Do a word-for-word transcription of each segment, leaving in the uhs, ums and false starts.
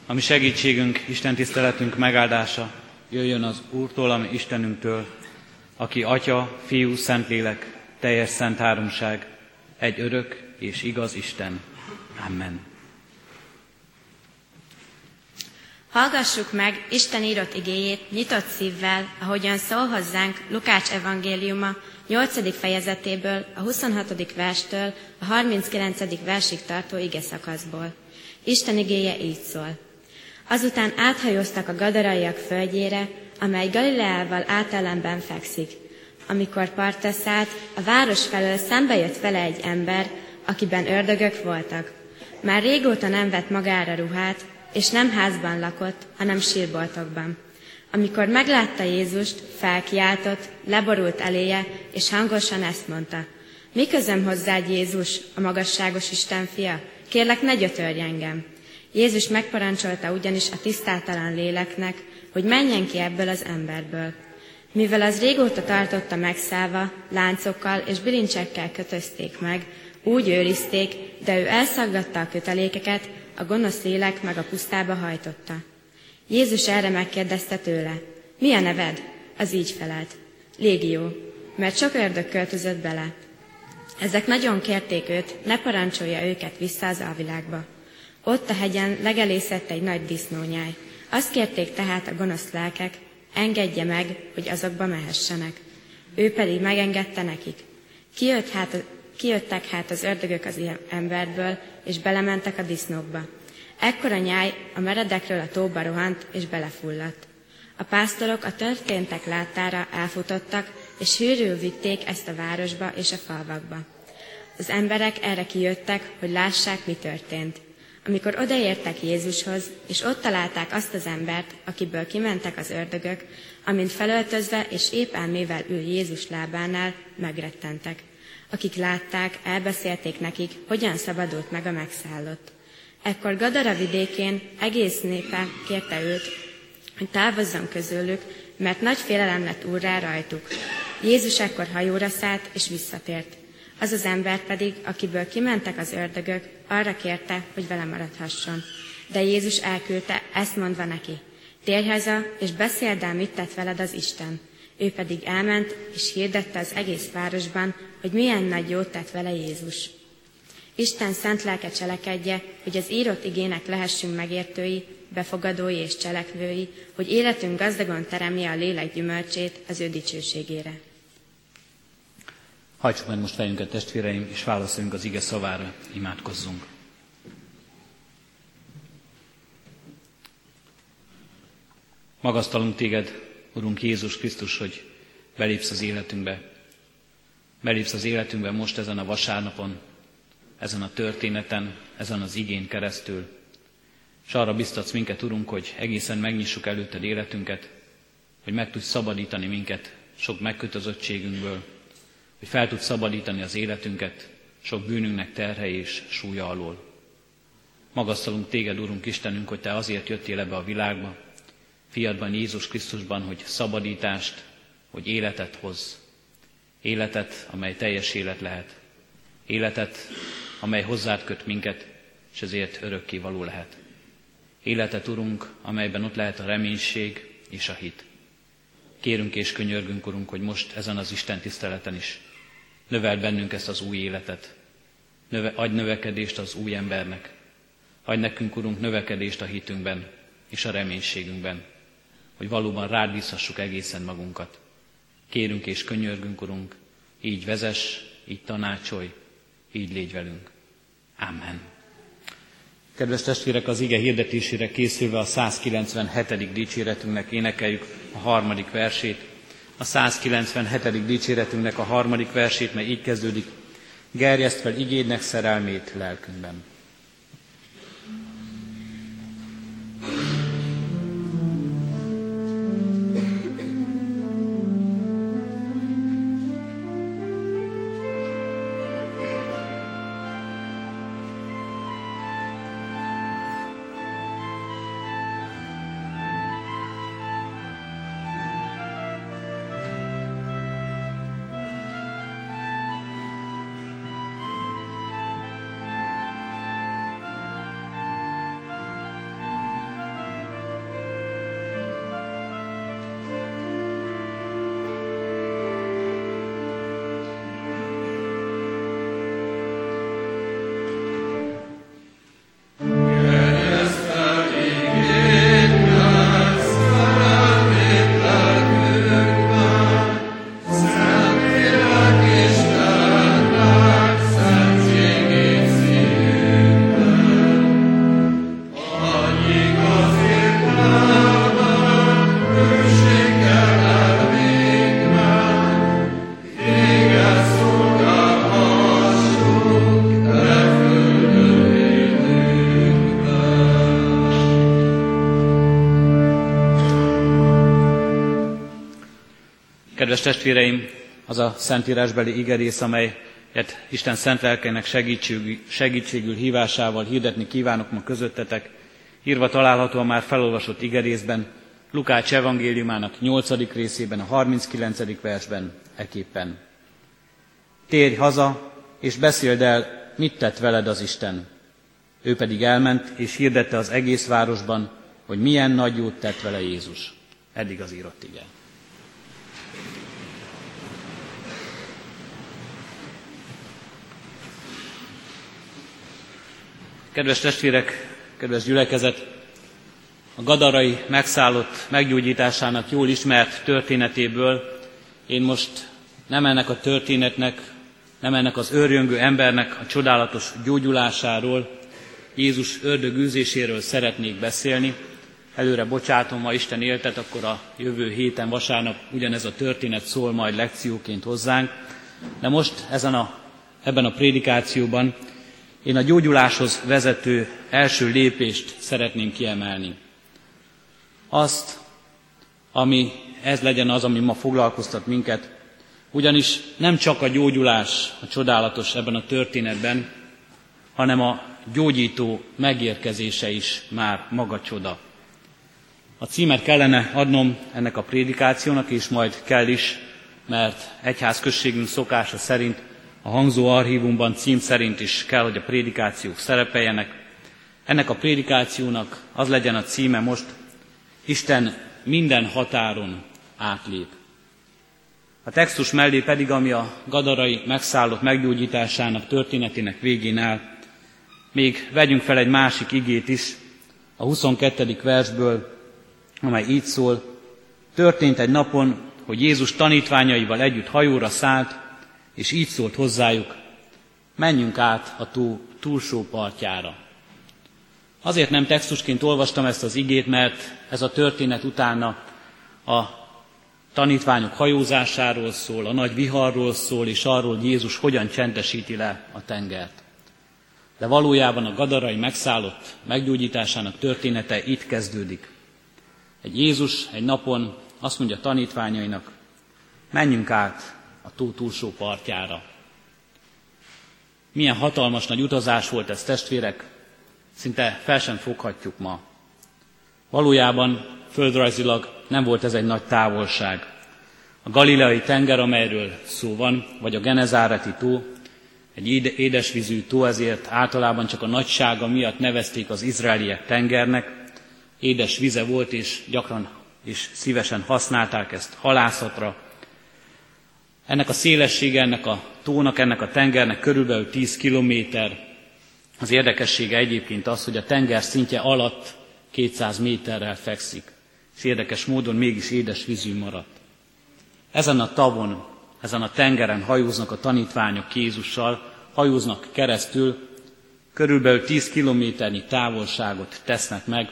Ami segítségünk, Isten tiszteletünk megáldása jöjjön az Úrtól, ami Istenünktől, aki Atya, Fiú, Szentlélek, teljes szent háromság, egy örök és igaz Isten. Amen. Hallgassuk meg Isten írott igéjét nyitott szívvel, ahogyan szól hozzánk Lukács evangéliuma nyolcadik fejezetéből, a huszonhatodik verstől a harminckilencedik versig tartó igeszakaszból. Isten igéje így szól. Azután áthajóztak a gadaraiak földjére, amely Galileával átellenben fekszik. Amikor partra szállt, a város felől szembe jött vele egy ember, akiben ördögök voltak. Már régóta nem vett magára ruhát, és nem házban lakott, hanem sírboltokban. Amikor meglátta Jézust, felkiáltott, leborult eléje, és hangosan ezt mondta. Mi közöm hozzád, Jézus, a magasságos Isten fia? Kérlek, ne gyötörj engem. Jézus megparancsolta ugyanis a tisztátalan léleknek, hogy menjen ki ebből az emberből. Mivel az régóta tartotta megszállva, láncokkal és bilincsekkel kötözték meg, úgy őrizték, de ő elszaggatta a kötelékeket, a gonosz lélek meg a pusztába hajtotta. Jézus erre megkérdezte tőle, mi a neved? Az így felelt, Légió, mert sok ördög költözött bele. Ezek nagyon kérték őt, ne parancsolja őket vissza az alvilágba. Ott a hegyen legelészett egy nagy disznónyáj. Azt kérték tehát a gonosz lelkek, engedje meg, hogy azokba mehessenek. Ő pedig megengedte nekik. Kijött hát, kijöttek hát az ördögök az emberből, és belementek a disznókba. Ekkor a nyáj a meredekről a tóba rohant, és belefulladt. A pásztorok a történtek láttára elfutottak, és hűrül vitték ezt a városba és a falvakba. Az emberek erre kijöttek, hogy lássák, mi történt. Amikor odaértek Jézushoz, és ott találták azt az embert, akiből kimentek az ördögök, amint felöltözve és épp elmével ül Jézus lábánál, megrettentek. Akik látták, elbeszélték nekik, hogyan szabadult meg a megszállott. Ekkor Gadara vidékén egész népe kérte őt, hogy távozzon közülük, mert nagy félelem lett úrrá rajtuk. Jézus ekkor hajóra szállt és visszatért. Az az ember pedig, akiből kimentek az ördögök, arra kérte, hogy vele maradhasson. De Jézus elküldte, ezt mondva neki, térj haza, és beszéld el, mit tett veled az Isten. Ő pedig elment, és hirdette az egész városban, hogy milyen nagy jót tett vele Jézus. Isten szent lelke cselekedje, hogy az írott igének lehessünk megértői, befogadói és cselekvői, hogy életünk gazdagon teremje a lélek gyümölcsét az ő dicsőségére. Hajtsuk meg most fejünket, testvéreim, és válaszoljunk az ige szavára, imádkozzunk. Magasztalunk téged, Urunk Jézus Krisztus, hogy belépsz az életünkbe. Belépsz az életünkbe most ezen a vasárnapon, ezen a történeten, ezen az igén keresztül. És arra biztatsz minket, Urunk, hogy egészen megnyissuk előtted életünket, hogy meg tudsz szabadítani minket sok megkötözöttségünkből, hogy fel tudsz szabadítani az életünket sok bűnünknek terhe és súlya alól. Magasztalunk téged, Urunk Istenünk, hogy te azért jöttél ebbe a világba, fiadban Jézus Krisztusban, hogy szabadítást, hogy életet hoz. Életet, amely teljes élet lehet. Életet, amely hozzád köt minket, és ezért örökkévaló lehet. Életet, Urunk, amelyben ott lehet a reménység és a hit. Kérünk és könyörgünk, Urunk, hogy most ezen az Isten tiszteleten is növeld bennünk ezt az új életet. Növe, adj növekedést az új embernek. Adj nekünk, Urunk, növekedést a hitünkben és a reménységünkben, hogy valóban rád bízhassuk egészen magunkat. Kérünk és könyörgünk, Urunk, így vezess, így tanácsolj, így légy velünk. Amen. Kedves testvérek, az ige hirdetésére készülve a százkilencvenhetedik dicséretünknek énekeljük a harmadik versét. A százkilencvenhetedik dicséretünknek a harmadik versét, mely így kezdődik: gerjeszd fel igédnek szerelmét lelkünkben. Kedves testvéreim, az a szentírásbeli igerész, amelyet Isten szent lelkének segítségül, segítségül hívásával hirdetni kívánok ma közöttetek, írva található a már felolvasott igerészben, Lukács evangéliumának nyolcadik részében, a harminckilencedik versben eképpen. Térj haza, és beszéld el, mit tett veled az Isten. Ő pedig elment, és hirdette az egész városban, hogy milyen nagy jót tett vele Jézus. Eddig az írott ige. Kedves testvérek, kedves gyülekezet, a gadarai megszállott meggyógyításának jól ismert történetéből én most nem ennek a történetnek, nem ennek az őrjöngő embernek a csodálatos gyógyulásáról, Jézus ördögűzéséről szeretnék beszélni. Előre bocsátom, ha Isten éltet, akkor a jövő héten vasárnap ugyanez a történet szól majd lekcióként hozzánk. De most ezen a, ebben a prédikációban én a gyógyuláshoz vezető első lépést szeretném kiemelni. Azt, ami ez legyen az, ami ma foglalkoztat minket, ugyanis nem csak a gyógyulás a csodálatos ebben a történetben, hanem a gyógyító megérkezése is már maga csoda. A címet kellene adnom ennek a prédikációnak, és majd kell is, mert egyházközségünk szokása szerint a hangzó archívumban cím szerint is kell, hogy a prédikációk szerepeljenek. Ennek a prédikációnak az legyen a címe most, Isten minden határon átlép. A textus mellé pedig, ami a gadarai megszállott meggyógyításának történetének végén áll, még vegyünk fel egy másik igét is, a huszonkettedik versből, amely így szól: történt egy napon, hogy Jézus tanítványaival együtt hajóra szállt, és így szólt hozzájuk: menjünk át a tó túlsó partjára. Azért nem textusként olvastam ezt az igét, mert ez a történet utána a tanítványok hajózásáról szól, a nagy viharról szól, és arról, hogy Jézus hogyan csendesíti le a tengert. De valójában a gadarai megszállott meggyógyításának története itt kezdődik. Egy Jézus egy napon azt mondja tanítványainak: menjünk át a tó túlsó partjára. Milyen hatalmas nagy utazás volt ez, testvérek, szinte fel sem foghatjuk ma. Valójában földrajzilag nem volt ez egy nagy távolság. A Galileai tenger, amelyről szó van, vagy a Genezáreti tó, egy édesvízű tó, ezért általában csak a nagysága miatt nevezték az izraeliek tengernek. Édes vize volt, és gyakran és szívesen használták ezt halászatra. Ennek a szélessége, ennek a tónak, ennek a tengernek körülbelül tíz kilométer. Az érdekessége egyébként az, hogy a tenger szintje alatt kétszáz méterrel fekszik, és érdekes módon mégis édes vízű maradt. Ezen a tavon, ezen a tengeren hajóznak a tanítványok Jézussal, hajóznak keresztül, körülbelül tíz kilométernyi távolságot tesznek meg,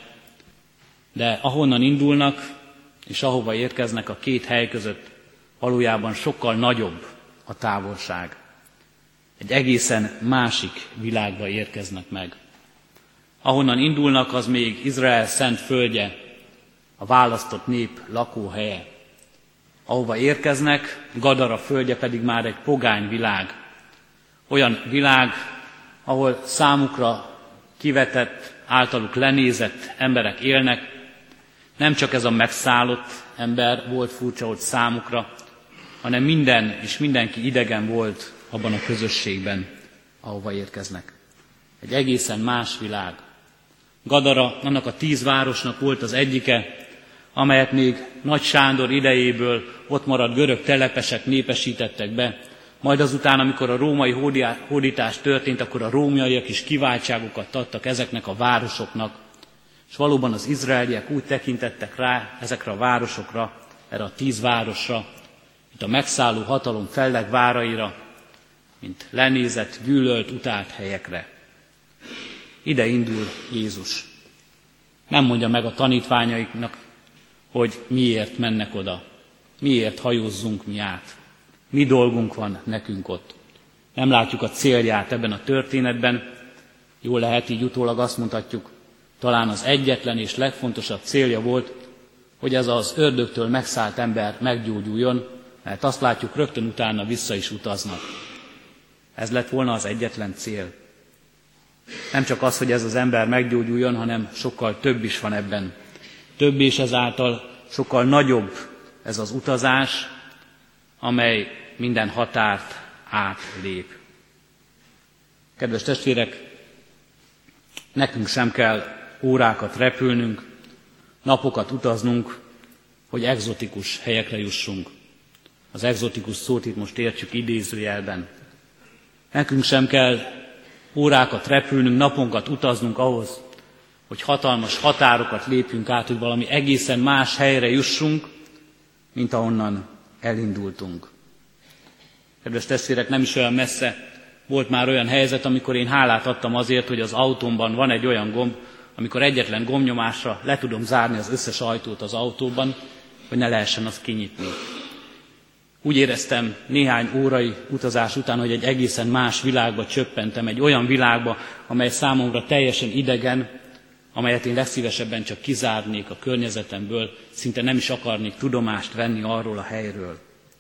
de ahonnan indulnak, és ahova érkeznek, a két hely között valójában sokkal nagyobb a távolság. Egy egészen másik világba érkeznek meg. Ahonnan indulnak, az még Izrael szent földje, a választott nép lakóhelye. Ahova érkeznek, Gadara földje pedig már egy pogány világ. Olyan világ, ahol számukra kivetett, általuk lenézett emberek élnek. Nem csak ez a megszállott ember volt furcsa ott számukra, hanem minden és mindenki idegen volt abban a közösségben, ahova érkeznek. Egy egészen más világ. Gadara annak a tíz városnak volt az egyike, amelyet még Nagy Sándor idejéből ott maradt görög telepesek népesítettek be, majd azután, amikor a római hódítás történt, akkor a rómaiak is kiváltságokat adtak ezeknek a városoknak, és valóban az izraeliek úgy tekintettek rá ezekre a városokra, erre a tíz városra, mint a megszálló hatalom fellegváraira, mint lenézett, gyűlölt, utált helyekre. Ide indul Jézus. Nem mondja meg a tanítványaiknak, hogy miért mennek oda, miért hajózzunk mi át, mi dolgunk van nekünk ott. Nem látjuk a célját ebben a történetben, jól lehet így utólag azt mondhatjuk, talán az egyetlen és legfontosabb célja volt, hogy ez az ördögtől megszállt ember meggyógyuljon, Mert azt látjuk, rögtön utána vissza is utaznak. Ez lett volna az egyetlen cél. Nem csak az, hogy ez az ember meggyógyuljon, hanem sokkal több is van ebben. Több és ezáltal sokkal nagyobb ez az utazás, amely minden határt átlép. Kedves testvérek, nekünk sem kell órákat repülnünk, napokat utaznunk, hogy egzotikus helyekre jussunk. Az egzotikus szót itt most értsük idézőjelben. Nekünk sem kell órákat repülnünk, naponkat utaznunk ahhoz, hogy hatalmas határokat lépjünk át, hogy valami egészen más helyre jussunk, mint ahonnan elindultunk. Kedves testvérek, nem is olyan messze volt már olyan helyzet, amikor én hálát adtam azért, hogy az autómban van egy olyan gomb, amikor egyetlen gombnyomásra le tudom zárni az összes ajtót az autóban, hogy ne lehessen azt kinyitni. Úgy éreztem néhány órai utazás után, hogy egy egészen más világba csöppentem, egy olyan világba, amely számomra teljesen idegen, amelyet én legszívesebben csak kizárnék a környezetemből, szinte nem is akarnék tudomást venni arról a helyről.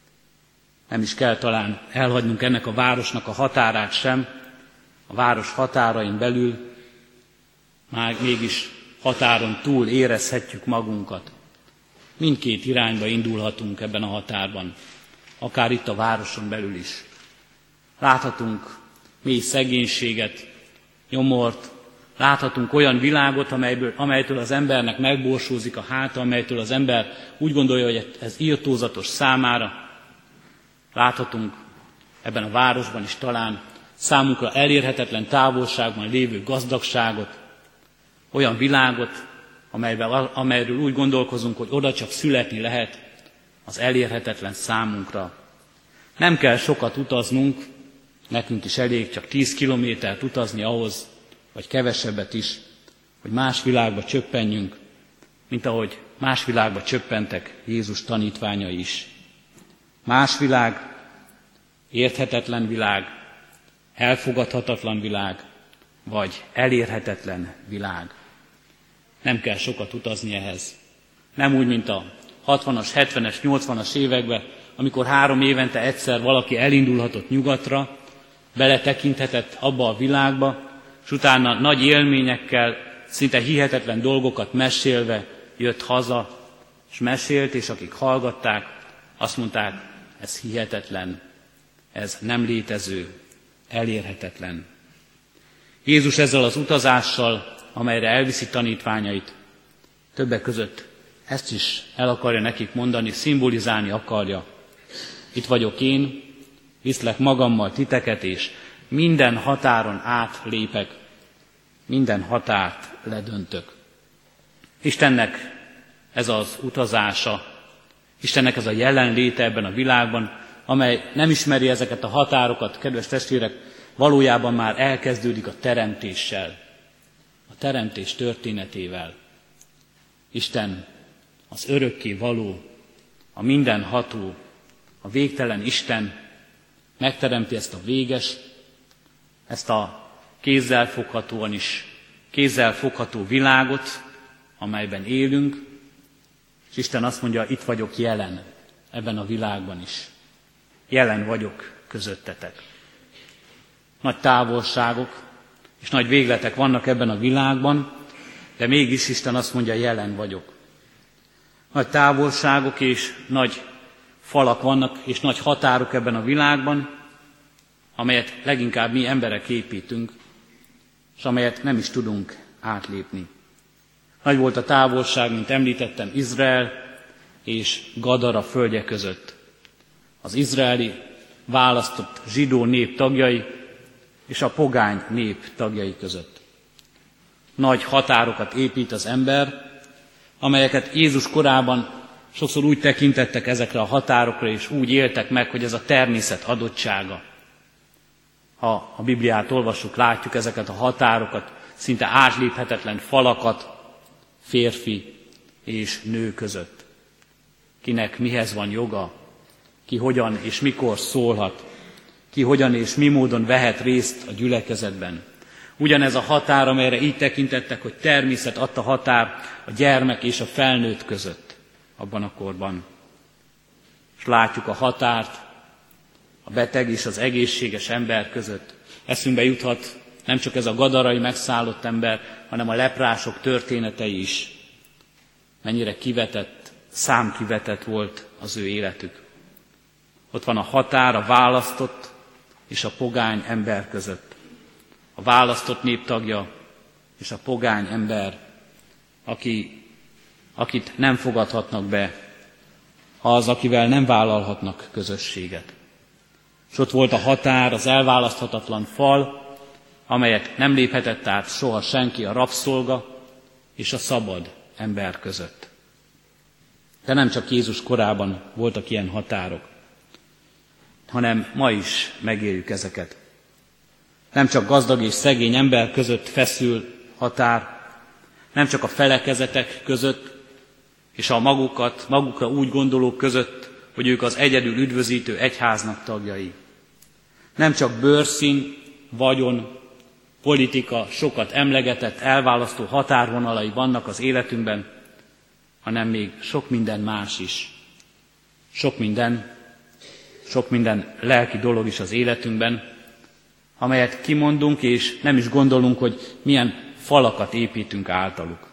Nem is kell talán elhagynunk ennek a városnak a határát sem, a város határain belül már mégis határon túl érezhetjük magunkat. Mindkét irányba indulhatunk ebben a határban, akár itt a városon belül is. Láthatunk mély szegénységet, nyomort, láthatunk olyan világot, amelyből, amelytől az embernek megborsózik a háta, amelytől az ember úgy gondolja, hogy ez irtózatos számára. Láthatunk ebben a városban is talán számunkra elérhetetlen távolságban lévő gazdagságot, olyan világot, amelyben, amelyről úgy gondolkozunk, hogy oda csak születni lehet, az elérhetetlen számunkra. Nem kell sokat utaznunk, nekünk is elég csak tíz kilométert utazni ahhoz, vagy kevesebbet is, hogy más világba csöppenjünk, mint ahogy más világba csöppentek Jézus tanítványai is. Más világ, érthetetlen világ, elfogadhatatlan világ, vagy elérhetetlen világ. Nem kell sokat utazni ehhez. Nem úgy, mint a hatvanas, hetvenes, nyolcvanas években, amikor három évente egyszer valaki elindulhatott nyugatra, beletekinthetett abba a világba, és utána nagy élményekkel, szinte hihetetlen dolgokat mesélve jött haza, és mesélt, és akik hallgatták, azt mondták, ez hihetetlen, ez nem létező, elérhetetlen. Jézus ezzel az utazással, amelyre elviszi tanítványait, többek között ezt is el akarja nekik mondani, szimbolizálni akarja. Itt vagyok én, viszlek magammal titeket, és minden határon átlépek, minden határt ledöntök. Istennek ez az utazása, Istennek ez a jelenléte ebben a világban, amely nem ismeri ezeket a határokat, kedves testvérek, valójában már elkezdődik a teremtéssel, a teremtés történetével. Isten az örökké való, a mindenható, a végtelen Isten megteremti ezt a véges, ezt a kézzelfoghatóan is, kézzelfogható világot, amelyben élünk, és Isten azt mondja, itt vagyok jelen ebben a világban is. Jelen vagyok közöttetek. Nagy távolságok és nagy végletek vannak ebben a világban, de mégis Isten azt mondja, jelen vagyok. Nagy távolságok és nagy falak vannak, és nagy határok ebben a világban, amelyet leginkább mi emberek építünk, és amelyet nem is tudunk átlépni. Nagy volt a távolság, mint említettem, Izrael és Gadara földje között. Az izraeli választott zsidó nép tagjai és a pogány nép tagjai között. Nagy határokat épít az ember, amelyeket Jézus korában sokszor úgy tekintettek ezekre a határokra, és úgy éltek meg, hogy ez a természet adottsága. Ha a Bibliát olvassuk, látjuk ezeket a határokat, szinte átléphetetlen falakat férfi és nő között. Kinek mihez van joga, ki hogyan és mikor szólhat, ki hogyan és mi módon vehet részt a gyülekezetben. Ugyanez a határ, amelyre így tekintettek, hogy természet adta határ a gyermek és a felnőtt között abban a korban. és látjuk a határt a beteg és az egészséges ember között. Eszünkbe juthat nem csak ez a gadarai megszállott ember, hanem a leprások történetei is. Mennyire kivetett, számkivetett volt az ő életük. Ott van a határ a választott és a pogány ember között. A választott néptagja és a pogány ember, aki, akit nem fogadhatnak be, az, akivel nem vállalhatnak közösséget. És ott volt a határ, az elválaszthatatlan fal, amelyet nem léphetett át soha senki, a rabszolga és a szabad ember között. De nem csak Jézus korában voltak ilyen határok, hanem ma is megéljük ezeket. Nem csak gazdag és szegény ember között feszül határ, nem csak a felekezetek között, és a magukat, magukra úgy gondolók között, hogy ők az egyedül üdvözítő egyháznak tagjai. Nem csak bőrszín, vagyon, politika, sokat emlegetett, elválasztó határvonalai vannak az életünkben, hanem még sok minden más is. Sok minden, sok minden lelki dolog is az életünkben, amelyet kimondunk, és nem is gondolunk, hogy milyen falakat építünk általuk.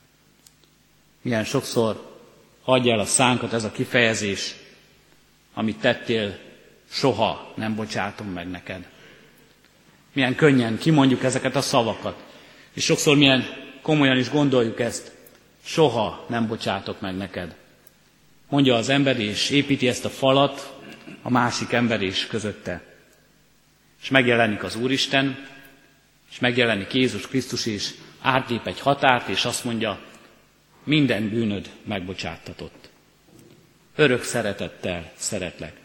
Milyen sokszor hagyja el a szánkat ez a kifejezés, amit tettél, soha nem bocsátom meg neked. Milyen könnyen kimondjuk ezeket a szavakat, és sokszor milyen komolyan is gondoljuk ezt, soha nem bocsátok meg neked. Mondja az ember, és építi ezt a falat a másik ember és közötte. És megjelenik az Úristen, és megjelenik Jézus Krisztus, és átlép egy határt, és azt mondja, minden bűnöd megbocsáttatott. Örök szeretettel szeretlek.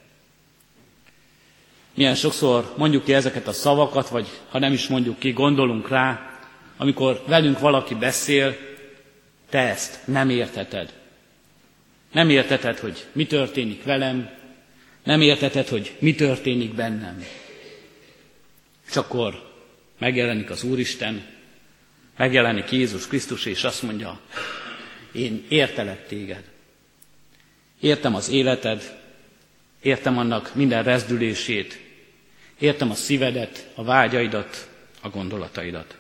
Milyen sokszor mondjuk ki ezeket a szavakat, vagy ha nem is mondjuk ki, gondolunk rá, amikor velünk valaki beszél, te ezt nem érteted. Nem érteted, hogy mi történik velem, nem érteted, hogy mi történik bennem. És akkor megjelenik az Úristen, megjelenik Jézus Krisztus, és azt mondja, én értelek téged. Értem az életed, értem annak minden rezdülését, értem a szívedet, a vágyaidat, a gondolataidat.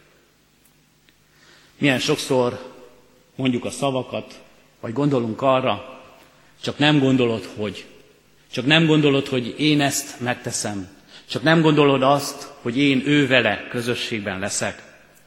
Milyen sokszor mondjuk a szavakat, vagy gondolunk arra, csak nem gondolod, hogy. Csak nem gondolod, hogy én ezt megteszem. Csak nem gondolod azt, hogy én ő vele közösségben leszek.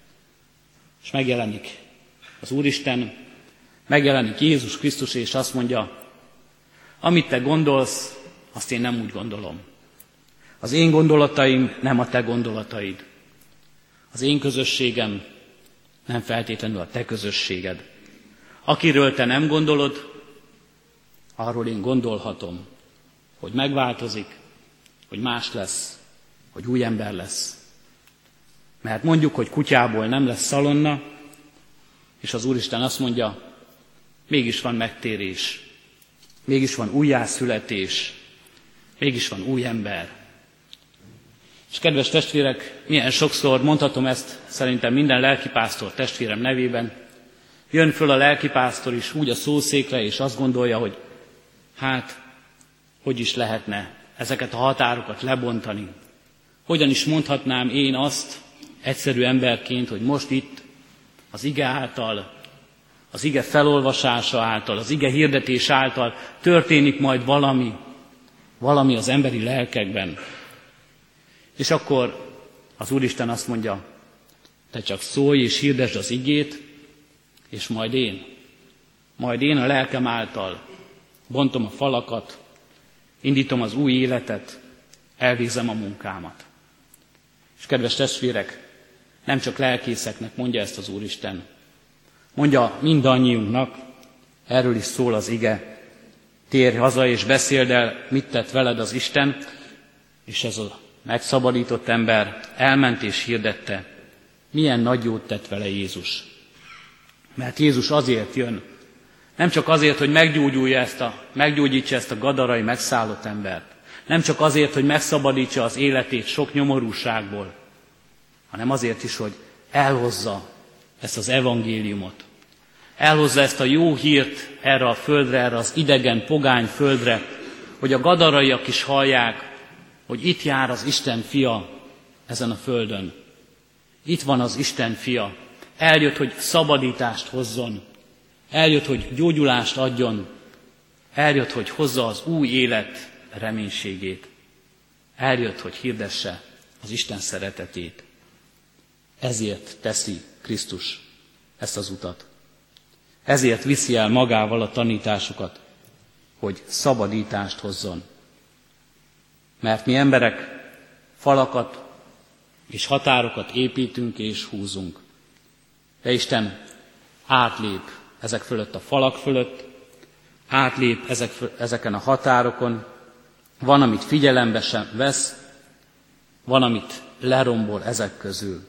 És megjelenik az Úristen, megjelenik Jézus Krisztus, és azt mondja, amit te gondolsz, azt én nem úgy gondolom. Az én gondolataim nem a te gondolataid. Az én közösségem nem feltétlenül a te közösséged. Akiről te nem gondolod, arról én gondolhatom, hogy megváltozik, hogy más lesz, hogy új ember lesz. Mert mondjuk, hogy kutyából nem lesz szalonna, és az Úristen azt mondja, mégis van megtérés, mégis van újjászületés, mégis van új ember. És kedves testvérek, milyen sokszor mondhatom ezt szerintem minden lelkipásztor testvérem nevében, jön föl a lelkipásztor is úgy a szószékre, és azt gondolja, hogy hát, hogy is lehetne ezeket a határokat lebontani. Hogyan is mondhatnám én azt egyszerű emberként, hogy most itt az ige által, az ige felolvasása által, az ige hirdetés által történik majd valami, valami az emberi lelkekben. És akkor az Úristen azt mondja, te csak szólj és hirdesd az igét, és majd én, majd én a lelkem által bontom a falakat, indítom az új életet, elvégzem a munkámat. És kedves testvérek, nem csak lelkészeknek mondja ezt az Úristen, mondja mindannyiunknak, erről is szól az ige, térj haza és beszéld el, mit tett veled az Isten, és ez a megszabadított ember elment és hirdette, milyen nagy jót tett vele Jézus. Mert Jézus azért jön, nem csak azért, hogy meggyógyulja ezt a, meggyógyítsa ezt a gadarai megszállott embert, nem csak azért, hogy megszabadítsa az életét sok nyomorúságból, hanem azért is, hogy elhozza ezt az evangéliumot. Elhozza ezt a jó hírt erre a földre, erre az idegen, pogány földre, hogy a gadaraiak is hallják, hogy itt jár az Isten fia ezen a földön. Itt van az Isten fia. Eljött, hogy szabadítást hozzon. Eljött, hogy gyógyulást adjon. Eljött, hogy hozza az új élet reménységét. Eljött, hogy hirdesse az Isten szeretetét. Ezért teszi Krisztus ezt az utat. Ezért viszi el magával a tanításokat, hogy szabadítást hozzon. Mert mi emberek falakat és határokat építünk és húzunk. De Isten átlép ezek fölött a falak fölött, átlép ezek, ezeken a határokon, van, amit figyelembe sem vesz, van, amit lerombol ezek közül.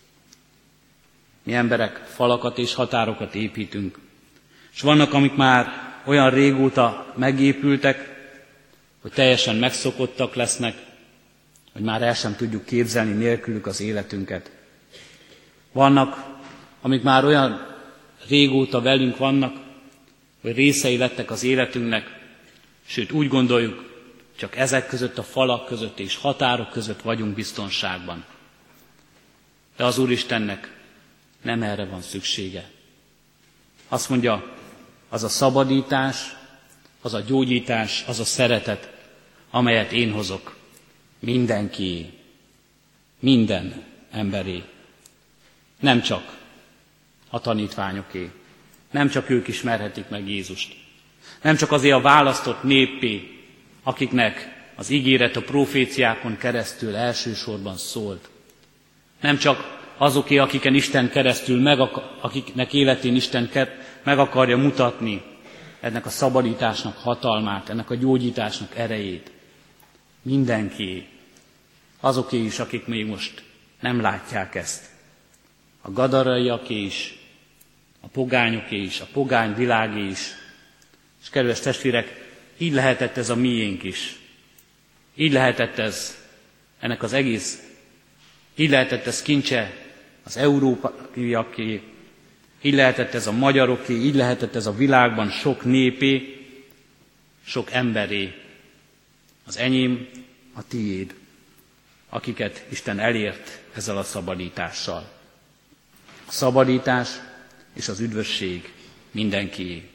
Mi emberek falakat és határokat építünk, és vannak, amik már olyan régóta megépültek, hogy teljesen megszokottak lesznek, hogy már el sem tudjuk képzelni nélkülük az életünket. Vannak, amik már olyan régóta velünk vannak, hogy részei lettek az életünknek, sőt úgy gondoljuk, csak ezek között a falak között és határok között vagyunk biztonságban. De az Úristennek nem erre van szüksége. Azt mondja, az a szabadítás, az a gyógyítás, az a szeretet, amelyet én hozok mindenkié, minden emberé. Nem csak a tanítványoké, nem csak ők ismerhetik meg Jézust. Nem csak azért a választott néppé, akiknek az ígéret a proféciákon keresztül elsősorban szólt. Nem csak azoké, akiken Isten keresztül, meg, akiknek életén Isten meg akarja mutatni ennek a szabadításnak hatalmát, ennek a gyógyításnak erejét. Mindenki, azoké is, akik még most nem látják ezt. A gadaraiaké is, a pogányoké is, a pogány világé is. És kedves testvérek, így lehetett ez a miénk is. Így lehetett ez ennek az egész, így lehetett ez kincse az európaiaké, így lehetett ez a magyaroké, így lehetett ez a világban sok népé, sok emberé. Az enyém, a tiéd, akiket Isten elért ezzel a szabadítással. A szabadítás és az üdvösség mindenkié.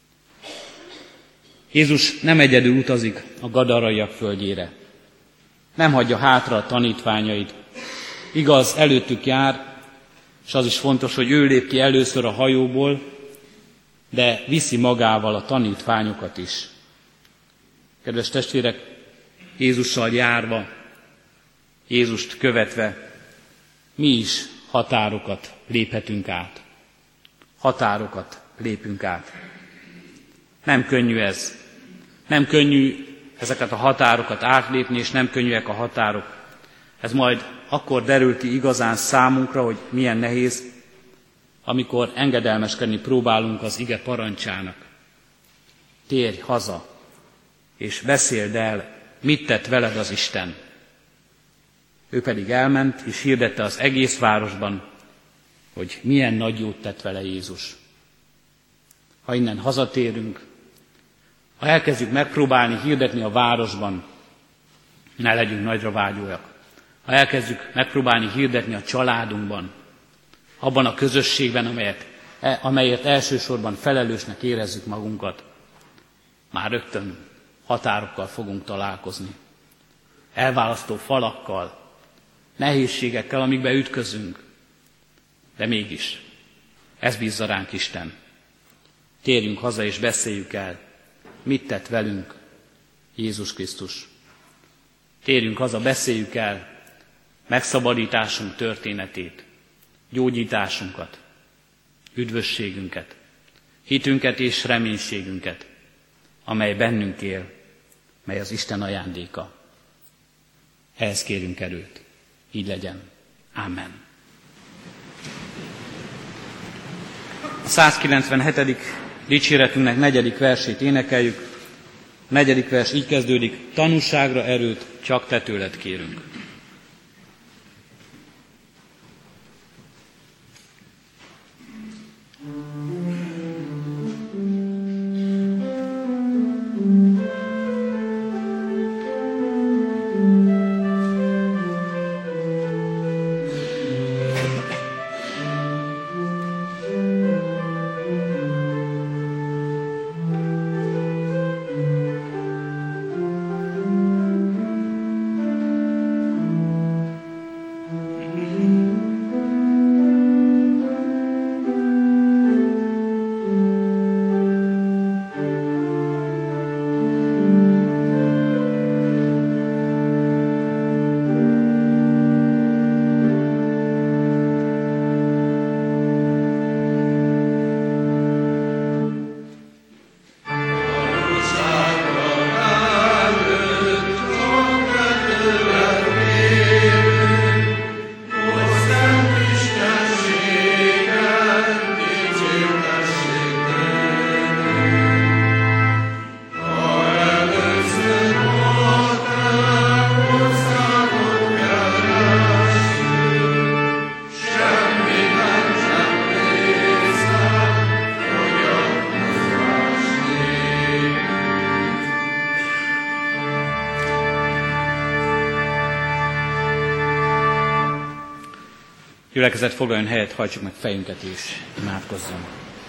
Jézus nem egyedül utazik a gadaraiak földjére. Nem hagyja hátra a tanítványait. Igaz, előttük jár, és az is fontos, hogy ő lép ki először a hajóból, de viszi magával a tanítványokat is. Kedves testvérek, Jézussal járva, Jézust követve, mi is határokat léphetünk át. Határokat lépünk át. Nem könnyű ez. Nem könnyű ezeket a határokat átlépni, és nem könnyűek a határok. Ez majd akkor derül ki igazán számunkra, hogy milyen nehéz, amikor engedelmeskedni próbálunk az ige parancsának. Térj haza, és beszéld el, mit tett veled az Isten. Ő pedig elment, és hirdette az egész városban, hogy milyen nagy jót tett vele Jézus. Ha innen hazatérünk, ha elkezdjük megpróbálni hirdetni a városban, ne legyünk nagyra vágyóak. Ha elkezdjük megpróbálni hirdetni a családunkban, abban a közösségben, amelyet, amelyért elsősorban felelősnek érezzük magunkat, már rögtön határokkal fogunk találkozni. Elválasztó falakkal, nehézségekkel, amikbe ütközünk. De mégis, ez bízza ránk Isten. Térjünk haza és beszéljük el, mit tett velünk Jézus Krisztus. Térjünk haza, beszéljük el megszabadításunk történetét, gyógyításunkat, üdvösségünket, hitünket és reménységünket, amely bennünk él, mely az Isten ajándéka. Ehhez kérünk erőt. Így legyen. Amen. A százkilencvenhetedik dicséretünknek negyedik versét énekeljük. A negyedik vers így kezdődik: tanúságra erőt csak te tőled kérünk. Gyülekezet, foglaljon helyet, hajtsuk meg fejünket és imádkozzunk.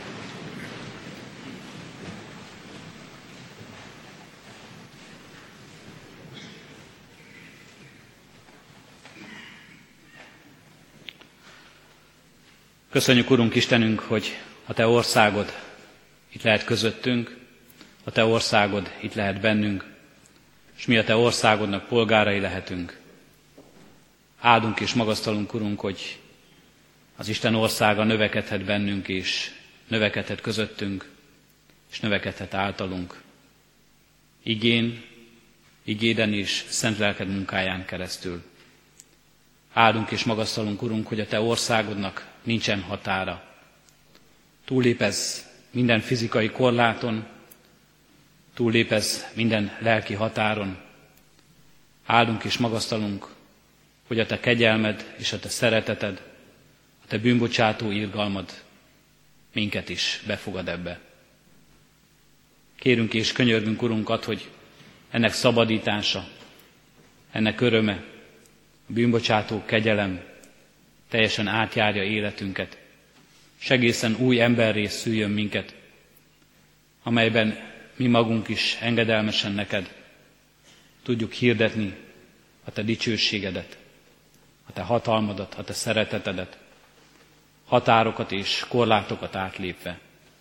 Köszönjük, Urunk Istenünk, hogy a Te országod itt lehet közöttünk, a Te országod itt lehet bennünk, és mi a Te országodnak polgárai lehetünk. Áldunk és magasztalunk, Urunk, hogy az Isten országa növekedhet bennünk, és növekedhet közöttünk, és növekedhet általunk. Igén, igéden és szent lelked munkáján keresztül. Áldunk és magasztalunk, Urunk, hogy a Te országodnak nincsen határa. Túllépez minden fizikai korláton, túllépez minden lelki határon. Áldunk és magasztalunk, hogy a Te kegyelmed és a Te szereteted, a Te bűnbocsátó irgalmad minket is befogad ebbe. Kérünk és könyörgünk, Urunkat, hogy ennek szabadítása, ennek öröme, a bűnbocsátó kegyelem teljesen átjárja életünket, és egészen új emberré szüljön minket, amelyben mi magunk is engedelmesen neked tudjuk hirdetni a Te dicsőségedet, a Te hatalmadat, a Te szeretetedet, határokat és korlátokat átlépve.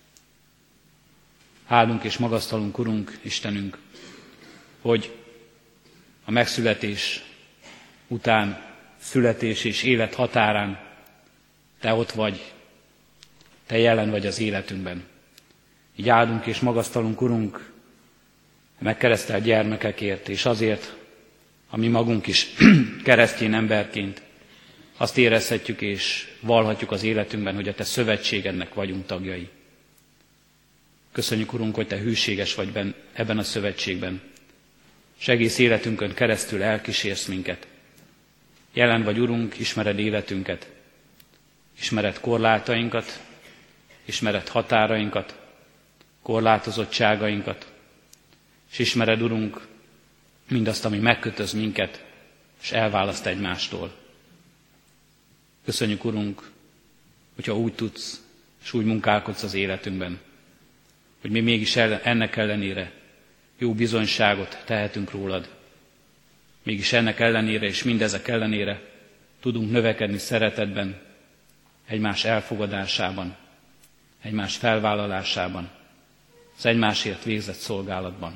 Áldunk és magasztalunk, Urunk, Istenünk, hogy a megszületés után, születés és élet határán Te ott vagy, Te jelen vagy az életünkben. Így áldunk és magasztalunk, Urunk, megkeresztelt gyermekekért, és azért, ami magunk is keresztény emberként azt érezhetjük és vallhatjuk az életünkben, hogy a Te szövetségednek vagyunk tagjai. Köszönjük, Urunk, hogy Te hűséges vagy ben, ebben a szövetségben, és egész életünkön keresztül elkísérsz minket. Jelen vagy, Urunk, ismered életünket, ismered korlátainkat, ismered határainkat, korlátozottságainkat, és ismered, Urunk, mindazt, ami megkötöz minket, és elválaszt egymástól. Köszönjük, Urunk, hogyha úgy tudsz, és úgy munkálkodsz az életünkben, hogy mi mégis ennek ellenére jó bizonyságot tehetünk rólad. Mégis ennek ellenére és mindezek ellenére tudunk növekedni szeretetben, egymás elfogadásában, egymás felvállalásában, az egymásért végzett szolgálatban.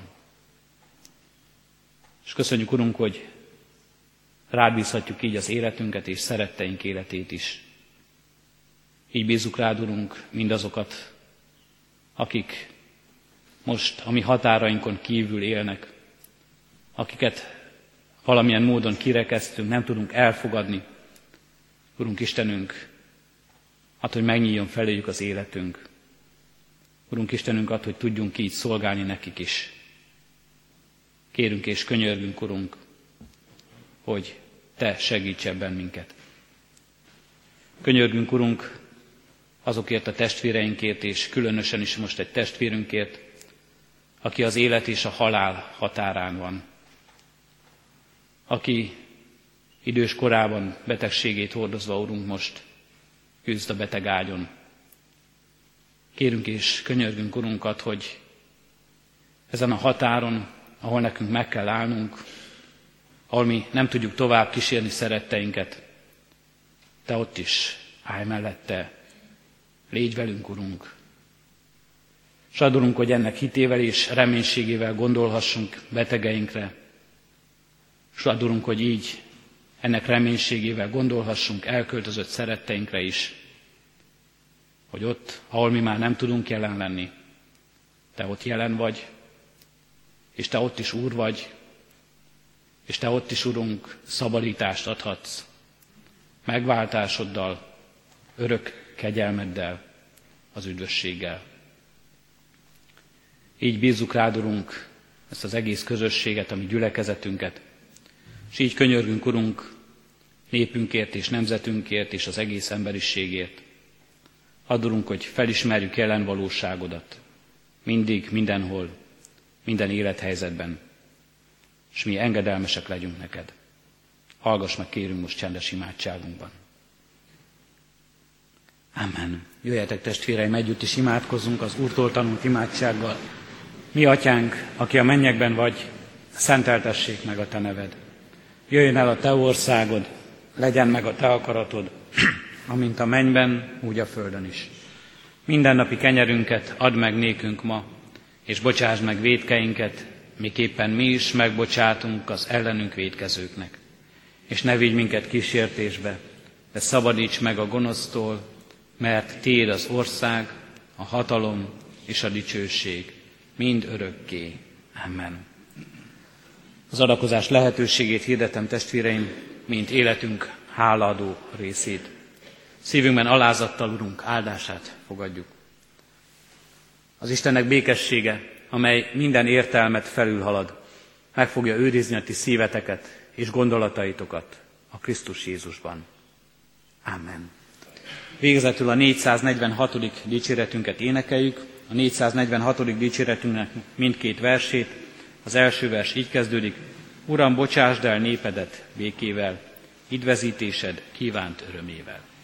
És köszönjük, Urunk, hogy rád bízhatjuk így az életünket és szeretteink életét is. Így bízzuk rád, Urunk, mindazokat, akik most a mi határainkon kívül élnek, akiket valamilyen módon kirekeztünk, nem tudunk elfogadni. Urunk Istenünk, add, hogy megnyíljon feléjük az életünk. Urunk Istenünk, add, hogy tudjunk így szolgálni nekik is. Kérünk és könyörgünk, Urunk, hogy Te segíts ebben minket. Könyörgünk, Urunk, azokért a testvéreinkért, és különösen is most egy testvérünkért, aki az élet és a halál határán van. Aki idős korában betegségét hordozva, Urunk, most küzd a beteg ágyon. Kérünk és könyörgünk, Urunkat, hogy ezen a határon, ahol nekünk meg kell állnunk, ahol mi nem tudjuk tovább kísérni szeretteinket, Te ott is állj mellette, légy velünk, Urunk. S add, Urunk, hogy ennek hitével és reménységével gondolhassunk betegeinkre, s add, Urunk, hogy így ennek reménységével gondolhassunk elköltözött szeretteinkre is, hogy ott, ahol mi már nem tudunk jelen lenni, Te ott jelen vagy, és Te ott is Úr vagy, és Te ott is, Urunk, szabadítást adhatsz, megváltásoddal, örök kegyelmeddel, az üdvösséggel. Így bízzuk rád, Urunk, ezt az egész közösséget, a mi gyülekezetünket, és így könyörgünk, Urunk, népünkért és nemzetünkért és az egész emberiségért. Add, Urunk, hogy felismerjük jelen valóságodat, mindig, mindenhol, minden élethelyzetben, és mi engedelmesek legyünk neked. Hallgass meg, kérünk most csendes imádságunkban. Amen. Jöjjetek testvéreim, együtt is imádkozzunk az Úrtól tanult imádsággal. Mi atyánk, aki a mennyekben vagy, szenteltessék meg a te neved. Jöjjön el a te országod, legyen meg a te akaratod, amint a mennyben, úgy a földön is. Mindennapi kenyerünket add meg nékünk ma, és bocsásd meg vétkeinket, miképpen mi is megbocsátunk az ellenünk vétkezőknek. És ne vigy minket kísértésbe, de szabadíts meg a gonosztól, mert tiéd az ország, a hatalom és a dicsőség, mind örökké. Amen. Az adakozás lehetőségét hirdetem, testvéreim, mint életünk hálaadó részét. Szívünkben alázattal, Urunk, áldását fogadjuk. Az Istennek békessége, amely minden értelmet felülhalad, meg fogja őrizni a ti szíveteket és gondolataitokat a Krisztus Jézusban. Amen. Végezetül a négyszáznegyvenhatodik dicséretünket énekeljük. A négyszáznegyvenhatodik dicséretünknek mindkét versét. Az első vers így kezdődik: Uram, bocsásd el népedet békével, idvezítésed kívánt örömével.